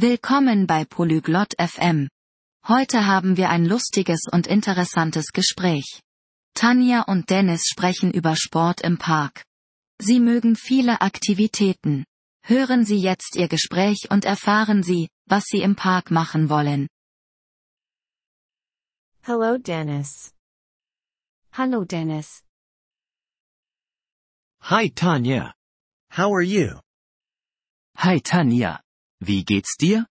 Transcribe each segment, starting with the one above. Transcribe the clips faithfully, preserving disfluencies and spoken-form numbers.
Willkommen bei Polyglot F M. Heute haben wir ein lustiges und interessantes Gespräch. Tanja und Dennis sprechen über Sport im Park. Sie mögen viele Aktivitäten. Hören Sie jetzt Ihr Gespräch und erfahren Sie, was Sie im Park machen wollen. Hello, Dennis. Hallo Dennis. Hi Tanja. How are you? Hi Tanja. Wie geht's dir?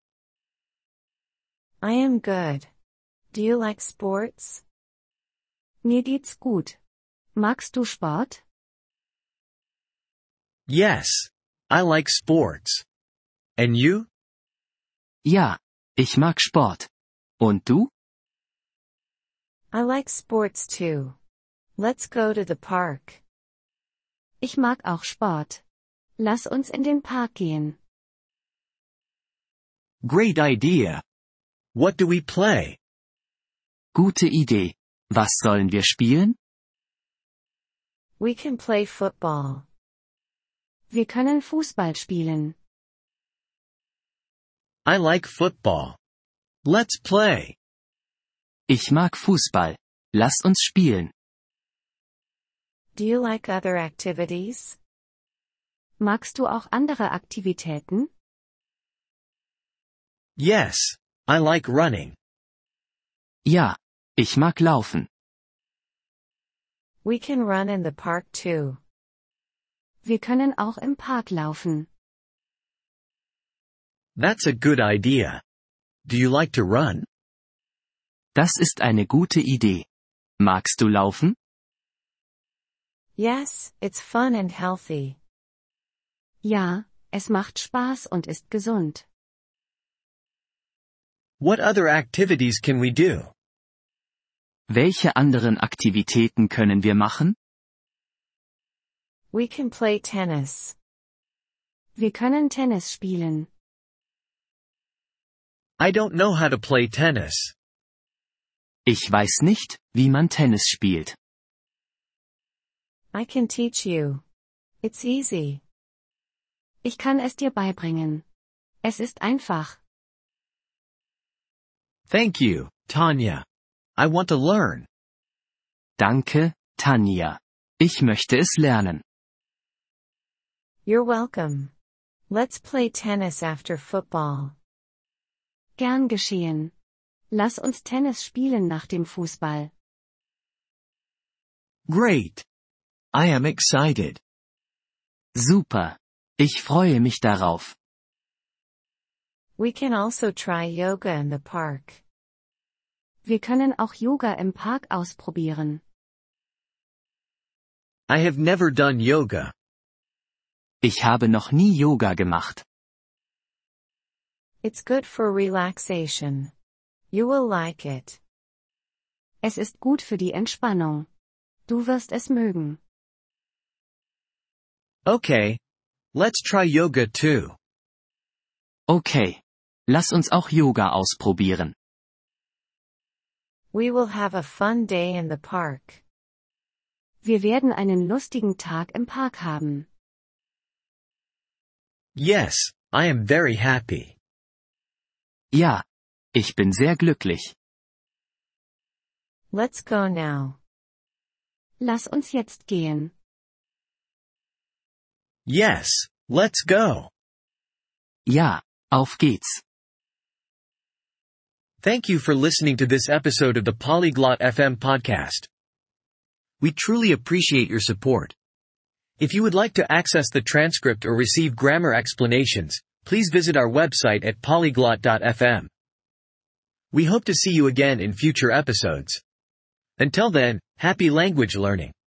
I am good. Do you like sports? Mir geht's gut. Magst du Sport? Yes, I like sports. And you? Ja, ich mag Sport. Und du? I like sports too. Let's go to the park. Ich mag auch Sport. Lass uns in den Park gehen. Great idea. What do we play? Gute Idee. Was sollen wir spielen? We can play football. Wir können Fußball spielen. I like football. Let's play. Ich mag Fußball. Lass uns spielen. Do you like other activities? Magst du auch andere Aktivitäten? Yes, I like running. Ja, ich mag laufen. We can run in the park too. Wir können auch im Park laufen. That's a good idea. Do you like to run? Das ist eine gute Idee. Magst du laufen? Yes, it's fun and healthy. Ja, es macht Spaß und ist gesund. What other activities can we do? Welche anderen Aktivitäten können wir machen? We can play tennis. Wir können Tennis spielen. I don't know how to play tennis. Ich weiß nicht, wie man Tennis spielt. I can teach you. It's easy. Ich kann es dir beibringen. Es ist einfach. Thank you, Tanja. I want to learn. Danke, Tanja. Ich möchte es lernen. You're welcome. Let's play tennis after football. Gern geschehen. Lass uns Tennis spielen nach dem Fußball. Great. I am excited. Super. Ich freue mich darauf. We can also try yoga in the park. Wir können auch Yoga im Park ausprobieren. I have never done yoga. Ich habe noch nie Yoga gemacht. It's good for relaxation. You will like it. Es ist gut für die Entspannung. Du wirst es mögen. Okay. Let's try yoga too. Okay. Lass uns auch Yoga ausprobieren. We will have a fun day in the park. Wir werden einen lustigen Tag im Park haben. Yes, I am very happy. Ja. Ich bin sehr glücklich. Let's go now. Lass uns jetzt gehen. Yes, let's go. Ja, auf geht's. Thank you for listening to this episode of the Polyglot F M podcast. We truly appreciate your support. If you would like to access the transcript or receive grammar explanations, please visit our website at polyglot dot f m. We hope to see you again in future episodes. Until then, happy language learning.